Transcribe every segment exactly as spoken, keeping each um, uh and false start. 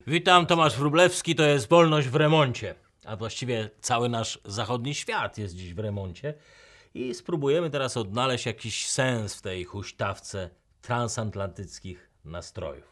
Witam, Tomasz Wróblewski, to jest Wolność w remoncie. A właściwie cały nasz zachodni świat jest dziś w remoncie. I spróbujemy teraz odnaleźć jakiś sens w tej huśtawce transatlantyckich nastrojów.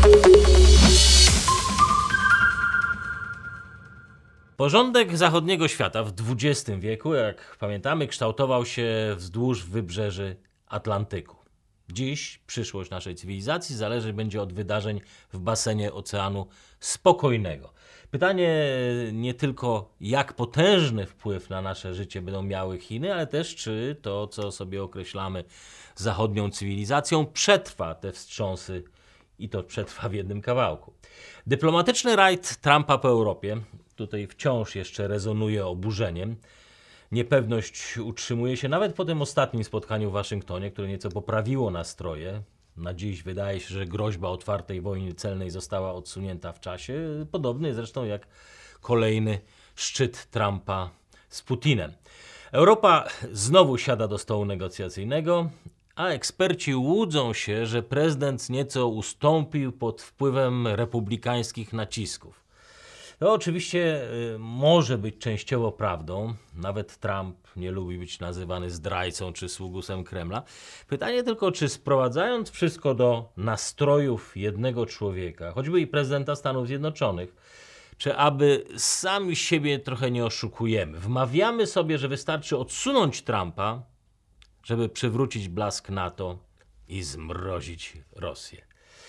Porządek zachodniego świata w dwudziestym wieku, jak pamiętamy, kształtował się wzdłuż wybrzeży Atlantyku. Dziś przyszłość naszej cywilizacji zależy będzie od wydarzeń w basenie Oceanu Spokojnego. Pytanie nie tylko, jak potężny wpływ na nasze życie będą miały Chiny, ale też czy to, co sobie określamy zachodnią cywilizacją, przetrwa te wstrząsy i to przetrwa w jednym kawałku. Dyplomatyczny rajd Trumpa po Europie tutaj wciąż jeszcze rezonuje oburzeniem. Niepewność utrzymuje się nawet po tym ostatnim spotkaniu w Waszyngtonie, które nieco poprawiło nastroje. Na dziś wydaje się, że groźba otwartej wojny celnej została odsunięta w czasie, podobny zresztą jak kolejny szczyt Trumpa z Putinem. Europa znowu siada do stołu negocjacyjnego, a eksperci łudzą się, że prezydent nieco ustąpił pod wpływem republikańskich nacisków. To oczywiście y, może być częściowo prawdą. Nawet Trump nie lubi być nazywany zdrajcą czy sługusem Kremla. Pytanie tylko, czy sprowadzając wszystko do nastrojów jednego człowieka, choćby i prezydenta Stanów Zjednoczonych, czy aby sami siebie trochę nie oszukujemy. Wmawiamy sobie, że wystarczy odsunąć Trumpa, żeby przywrócić blask NATO i zmrozić Rosję.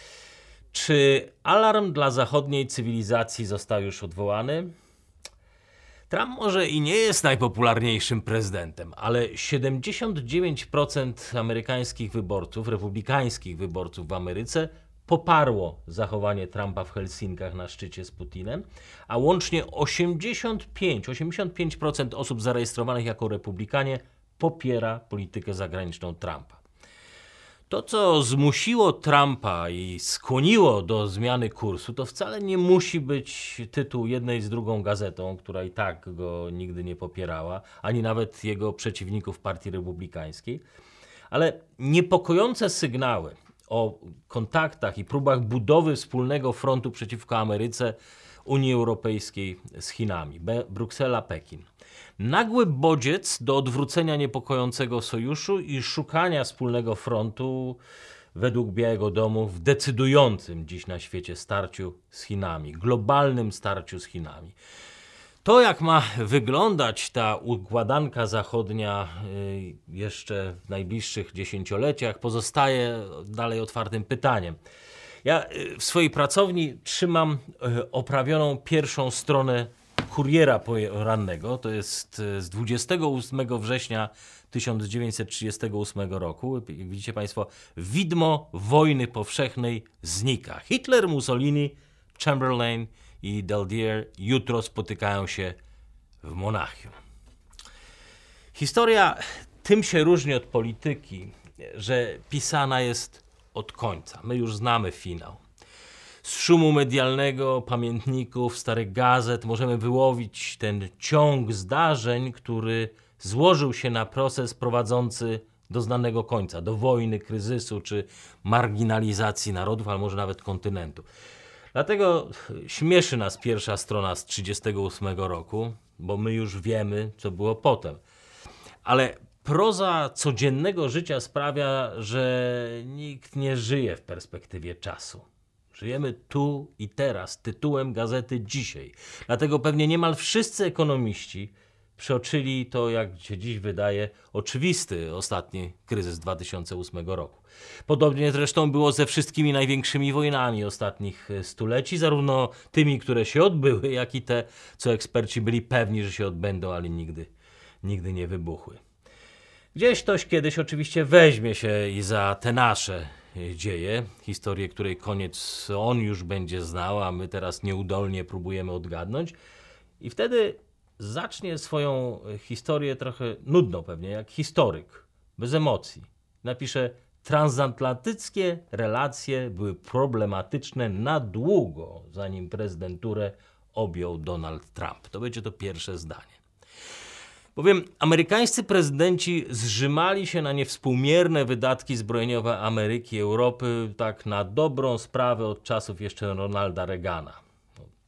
Czy alarm dla zachodniej cywilizacji został już odwołany? Trump może i nie jest najpopularniejszym prezydentem, ale siedemdziesiąt dziewięć procent amerykańskich wyborców, republikańskich wyborców w Ameryce poparło zachowanie Trumpa w Helsinkach na szczycie z Putinem, a łącznie osiemdziesiąt pięć procent osób zarejestrowanych jako republikanie popiera politykę zagraniczną Trumpa. To, co zmusiło Trumpa i skłoniło do zmiany kursu, to wcale nie musi być tytuł jednej z drugą gazetą, która i tak go nigdy nie popierała, ani nawet jego przeciwników Partii Republikańskiej, ale niepokojące sygnały o kontaktach i próbach budowy wspólnego frontu przeciwko Ameryce, Unii Europejskiej z Chinami, Be- Bruksela, Pekin. Nagły bodziec do odwrócenia niepokojącego sojuszu i szukania wspólnego frontu według Białego Domu w decydującym dziś na świecie starciu z Chinami, globalnym starciu z Chinami. To, jak ma wyglądać ta układanka zachodnia jeszcze w najbliższych dziesięcioleciach, pozostaje dalej otwartym pytaniem. Ja w swojej pracowni trzymam oprawioną pierwszą stronę Kuriera Porannego, to jest z dwudziestego ósmego września tysiąc dziewięćset trzydziestego ósmego roku. Jak widzicie Państwo, widmo wojny powszechnej znika. Hitler, Mussolini, Chamberlain i Daladier jutro spotykają się w Monachium. Historia tym się różni od polityki, że pisana jest od końca. My już znamy finał. Z szumu medialnego, pamiętników, starych gazet możemy wyłowić ten ciąg zdarzeń, który złożył się na proces prowadzący do znanego końca, do wojny, kryzysu czy marginalizacji narodów, ale może nawet kontynentu. Dlatego śmieszy nas pierwsza strona z trzydziestego ósmego roku, bo my już wiemy, co było potem. Ale proza codziennego życia sprawia, że nikt nie żyje w perspektywie czasu. Żyjemy tu i teraz, tytułem gazety Dzisiaj. Dlatego pewnie niemal wszyscy ekonomiści przeoczyli to, jak się dziś wydaje, oczywisty ostatni kryzys dwa tysiące ósmego roku. Podobnie zresztą było ze wszystkimi największymi wojnami ostatnich stuleci, zarówno tymi, które się odbyły, jak i te, co eksperci byli pewni, że się odbędą, ale nigdy, nigdy nie wybuchły. Gdzieś ktoś kiedyś oczywiście weźmie się i za te nasze dzieje, historię, której koniec on już będzie znał, a my teraz nieudolnie próbujemy odgadnąć. I wtedy zacznie swoją historię trochę nudno pewnie, jak historyk, bez emocji. Napisze: transatlantyckie relacje były problematyczne na długo, zanim prezydenturę objął Donald Trump. To będzie to pierwsze zdanie. Bowiem amerykańscy prezydenci zrzymali się na niewspółmierne wydatki zbrojeniowe Ameryki i Europy tak na dobrą sprawę od czasów jeszcze Ronalda Reagana.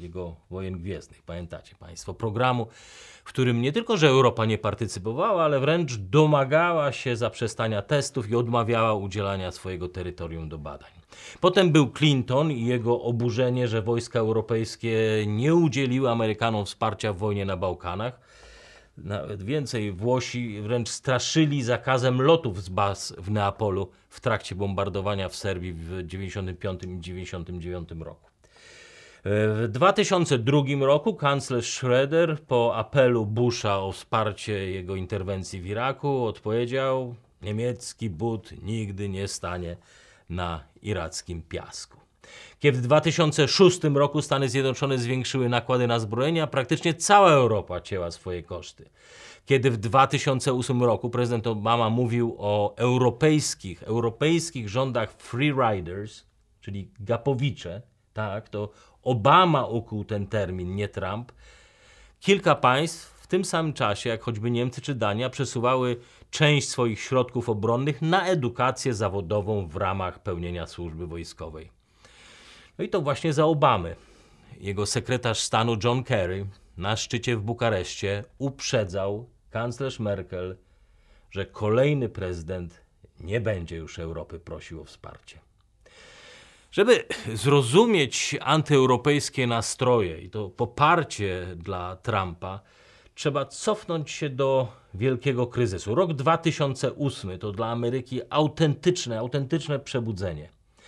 jego wojen gwiezdnych. Pamiętacie państwo, programu, w którym nie tylko, że Europa nie partycypowała, ale wręcz domagała się zaprzestania testów i odmawiała udzielania swojego terytorium do badań. Potem był Clinton i jego oburzenie, że wojska europejskie nie udzieliły Amerykanom wsparcia w wojnie na Bałkanach. Nawet więcej, Włosi wręcz straszyli zakazem lotów z baz w Neapolu w trakcie bombardowania w Serbii w dziewięćdziesiątym piątym i dziewięćdziesiątym dziewiątym roku. W dwa tysiące drugim roku kanclerz Schröder po apelu Busha o wsparcie jego interwencji w Iraku odpowiedział: niemiecki but nigdy nie stanie na irackim piasku. Kiedy w dwa tysiące szóstym roku Stany Zjednoczone zwiększyły nakłady na zbrojenia, praktycznie cała Europa cięła swoje koszty. Kiedy w dwa tysiące ósmym roku prezydent Obama mówił o europejskich, europejskich rządach free riders, czyli gapowicze, tak, to Obama ukuł ten termin, nie Trump. Kilka państw w tym samym czasie, jak choćby Niemcy czy Dania, przesuwały część swoich środków obronnych na edukację zawodową w ramach pełnienia służby wojskowej. No i to właśnie za Obamy. Jego sekretarz stanu John Kerry na szczycie w Bukareszcie uprzedzał kanclerz Merkel, że kolejny prezydent nie będzie już Europy prosił o wsparcie. Żeby zrozumieć antyeuropejskie nastroje i to poparcie dla Trumpa, trzeba cofnąć się do wielkiego kryzysu. Rok dwa tysiące ósmy to dla Ameryki autentyczne, autentyczne przebudzenie.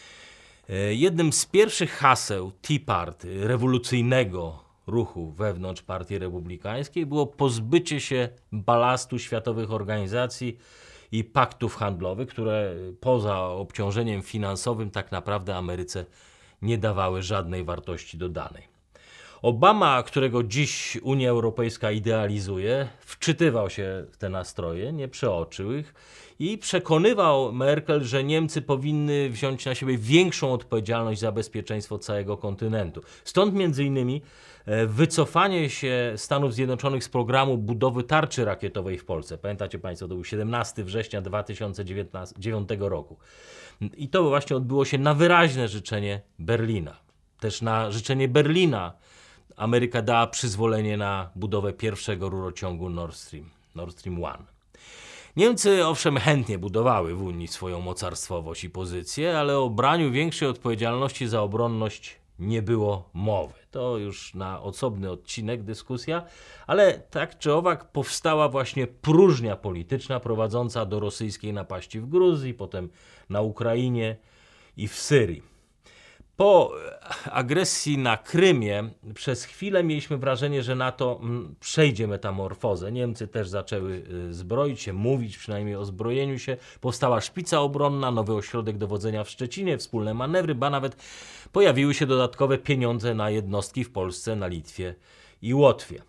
Jednym z pierwszych haseł Tea Party, rewolucyjnego ruchu wewnątrz Partii Republikańskiej, było pozbycie się balastu światowych organizacji i paktów handlowych, które poza obciążeniem finansowym tak naprawdę Ameryce nie dawały żadnej wartości dodanej. Obama, którego dziś Unia Europejska idealizuje, wczytywał się w te nastroje, nie przeoczył ich i przekonywał Merkel, że Niemcy powinny wziąć na siebie większą odpowiedzialność za bezpieczeństwo całego kontynentu. Stąd między innymi wycofanie się Stanów Zjednoczonych z programu budowy tarczy rakietowej w Polsce. Pamiętacie państwo, to był siedemnastego września dwa tysiące dziewiątego roku. I to właśnie odbyło się na wyraźne życzenie Berlina. Też na życzenie Berlina Ameryka dała przyzwolenie na budowę pierwszego rurociągu Nord Stream, Nord Stream jeden. Niemcy owszem chętnie budowały w Unii swoją mocarstwowość i pozycję, ale o braniu większej odpowiedzialności za obronność nie było mowy. To już na osobny odcinek dyskusja, ale tak czy owak powstała właśnie próżnia polityczna prowadząca do rosyjskiej napaści w Gruzji, potem na Ukrainie i w Syrii. Po agresji na Krymie przez chwilę mieliśmy wrażenie, że NATO przejdzie metamorfozę. Niemcy też zaczęły zbroić się, mówić przynajmniej o zbrojeniu się. Powstała szpica obronna, nowy ośrodek dowodzenia w Szczecinie, wspólne manewry, ba nawet pojawiły się dodatkowe pieniądze na jednostki w Polsce, na Litwie i Łotwie.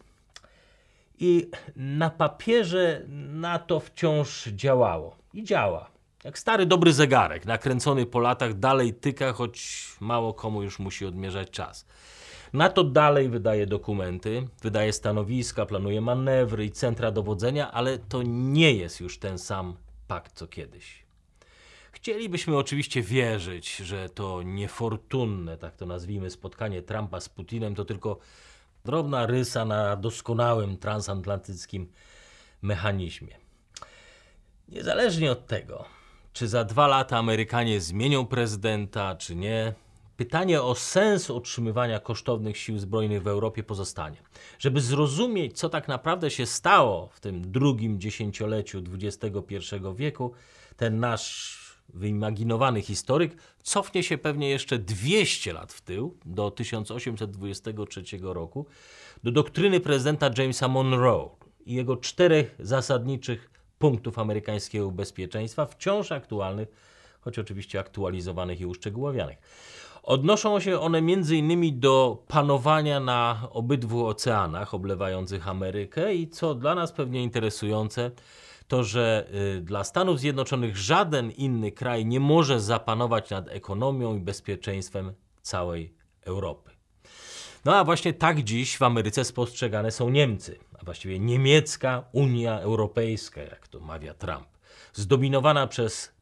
I na papierze NATO wciąż działało i działa. Jak stary dobry zegarek, nakręcony po latach, dalej tyka, choć mało komu już musi odmierzać czas. NATO dalej wydaje dokumenty, wydaje stanowiska, planuje manewry i centra dowodzenia, ale to nie jest już ten sam pakt co kiedyś. Chcielibyśmy oczywiście wierzyć, że to niefortunne, tak to nazwijmy, spotkanie Trumpa z Putinem to tylko drobna rysa na doskonałym transatlantyckim mechanizmie. Niezależnie od tego, czy za dwa lata Amerykanie zmienią prezydenta, czy nie, pytanie o sens utrzymywania kosztownych sił zbrojnych w Europie pozostanie. Żeby zrozumieć, co tak naprawdę się stało w tym drugim dziesięcioleciu dwudziestego pierwszego wieku, ten nasz wyimaginowany historyk cofnie się pewnie jeszcze dwieście lat w tył, do tysiąc osiemset dwudziestego trzeciego roku, do doktryny prezydenta Jamesa Monroe i jego czterech zasadniczych punktów amerykańskiego bezpieczeństwa, wciąż aktualnych, choć oczywiście aktualizowanych i uszczegółowianych. Odnoszą się one m.in. do panowania na obydwu oceanach oblewających Amerykę i co dla nas pewnie interesujące, to że y, dla Stanów Zjednoczonych żaden inny kraj nie może zapanować nad ekonomią i bezpieczeństwem całej Europy. No a właśnie tak dziś w Ameryce spostrzegane są Niemcy, a właściwie niemiecka Unia Europejska, jak to mawia Trump, zdominowana przez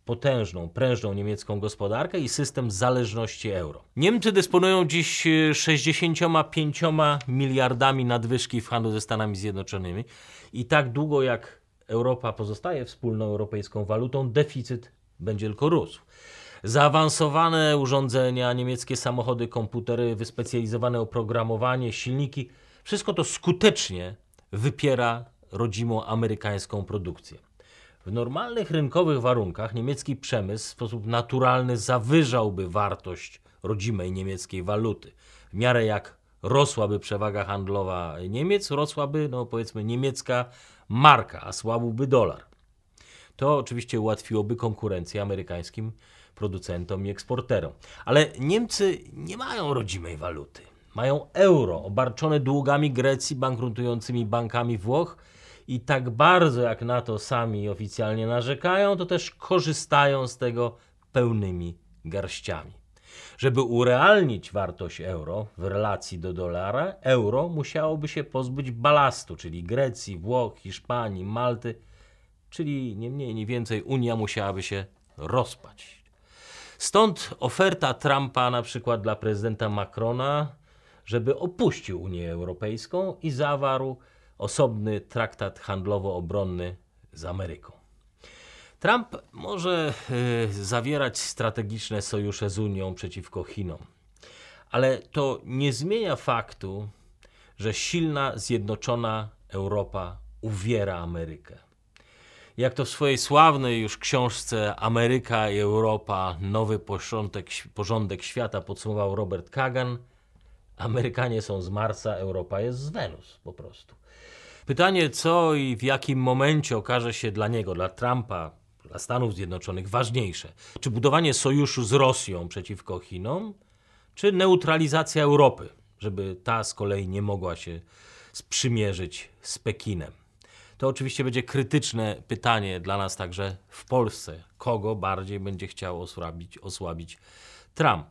potężną, prężną niemiecką gospodarkę i system zależności euro. Niemcy dysponują dziś sześćdziesięcioma pięcioma miliardami nadwyżki w handlu ze Stanami Zjednoczonymi i tak długo jak Europa pozostaje wspólną europejską walutą, deficyt będzie tylko rósł. Zaawansowane urządzenia, niemieckie samochody, komputery, wyspecjalizowane oprogramowanie, silniki, wszystko to skutecznie wypiera rodzimą amerykańską produkcję. W normalnych rynkowych warunkach niemiecki przemysł w sposób naturalny zawyżałby wartość rodzimej niemieckiej waluty. W miarę jak rosłaby przewaga handlowa Niemiec, rosłaby, no powiedzmy, niemiecka marka, a słabłby dolar. To oczywiście ułatwiłoby konkurencję amerykańskim producentom i eksporterom. Ale Niemcy nie mają rodzimej waluty. Mają euro obarczone długami Grecji, bankrutującymi bankami Włoch i tak bardzo jak na to sami oficjalnie narzekają, to też korzystają z tego pełnymi garściami. Żeby urealnić wartość euro w relacji do dolara, euro musiałoby się pozbyć balastu, czyli Grecji, Włoch, Hiszpanii, Malty, czyli nie mniej, nie więcej Unia musiałaby się rozpaść. Stąd oferta Trumpa na przykład dla prezydenta Macrona, żeby opuścił Unię Europejską i zawarł osobny traktat handlowo-obronny z Ameryką. Trump może yy, zawierać strategiczne sojusze z Unią przeciwko Chinom, ale to nie zmienia faktu, że silna, zjednoczona Europa uwiera Amerykę. Jak to w swojej sławnej już książce Ameryka i Europa, nowy porządek, porządek świata podsumował Robert Kagan, Amerykanie są z Marsa, Europa jest z Wenus po prostu. Pytanie, co i w jakim momencie okaże się dla niego, dla Trumpa, dla Stanów Zjednoczonych ważniejsze? Czy budowanie sojuszu z Rosją przeciwko Chinom, czy neutralizacja Europy, żeby ta z kolei nie mogła się sprzymierzyć z Pekinem? To oczywiście będzie krytyczne pytanie dla nas także w Polsce. Kogo bardziej będzie chciał osłabić, osłabić Trump?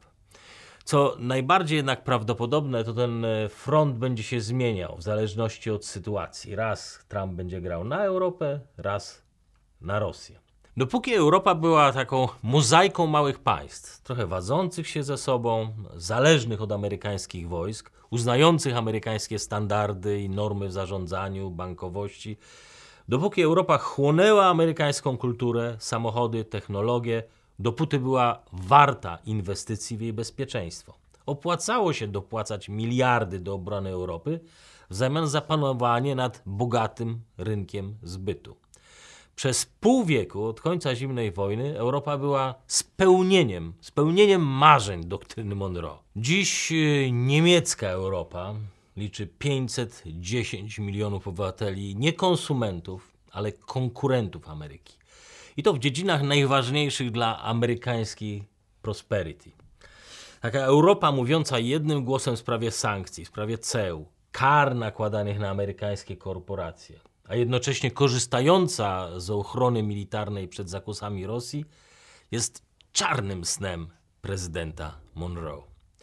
Co najbardziej jednak prawdopodobne, to ten front będzie się zmieniał w zależności od sytuacji. Raz Trump będzie grał na Europę, raz na Rosję. Dopóki Europa była taką mozaiką małych państw, trochę wadzących się ze sobą, zależnych od amerykańskich wojsk, uznających amerykańskie standardy i normy w zarządzaniu, bankowości, dopóki Europa chłonęła amerykańską kulturę, samochody, technologię, dopóty była warta inwestycji w jej bezpieczeństwo. Opłacało się dopłacać miliardy do obrony Europy w zamian za panowanie nad bogatym rynkiem zbytu. Przez pół wieku od końca zimnej wojny Europa była spełnieniem, spełnieniem marzeń doktryny Monroe. Dziś niemiecka Europa liczy pięćset dziesięć milionów obywateli, nie konsumentów, ale konkurentów Ameryki. I to w dziedzinach najważniejszych dla amerykańskiej prosperity. Taka Europa mówiąca jednym głosem w sprawie sankcji, w sprawie ceł, kar nakładanych na amerykańskie korporacje, a jednocześnie korzystająca z ochrony militarnej przed zakusami Rosji, jest czarnym snem prezydenta Monroe.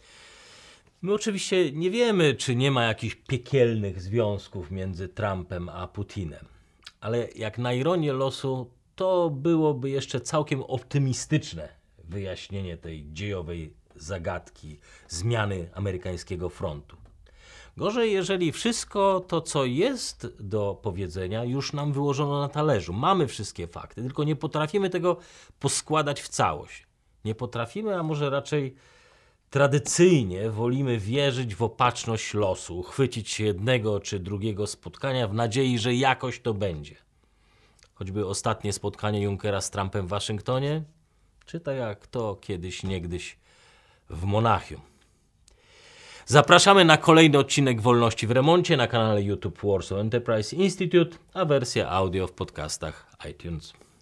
My oczywiście nie wiemy, czy nie ma jakichś piekielnych związków między Trumpem a Putinem, ale jak na ironię losu, to byłoby jeszcze całkiem optymistyczne wyjaśnienie tej dziejowej zagadki zmiany amerykańskiego frontu. Gorzej, jeżeli wszystko to, co jest do powiedzenia, już nam wyłożono na talerzu. Mamy wszystkie fakty, tylko nie potrafimy tego poskładać w całość. Nie potrafimy, a może raczej tradycyjnie wolimy wierzyć w opatrzność losu, chwycić się jednego czy drugiego spotkania w nadziei, że jakoś to będzie. Choćby ostatnie spotkanie Junckera z Trumpem w Waszyngtonie, czy tak jak to kiedyś, niegdyś w Monachium. Zapraszamy na kolejny odcinek Wolności w Remoncie na kanale YouTube Warsaw Enterprise Institute, a wersja audio w podcastach iTunes.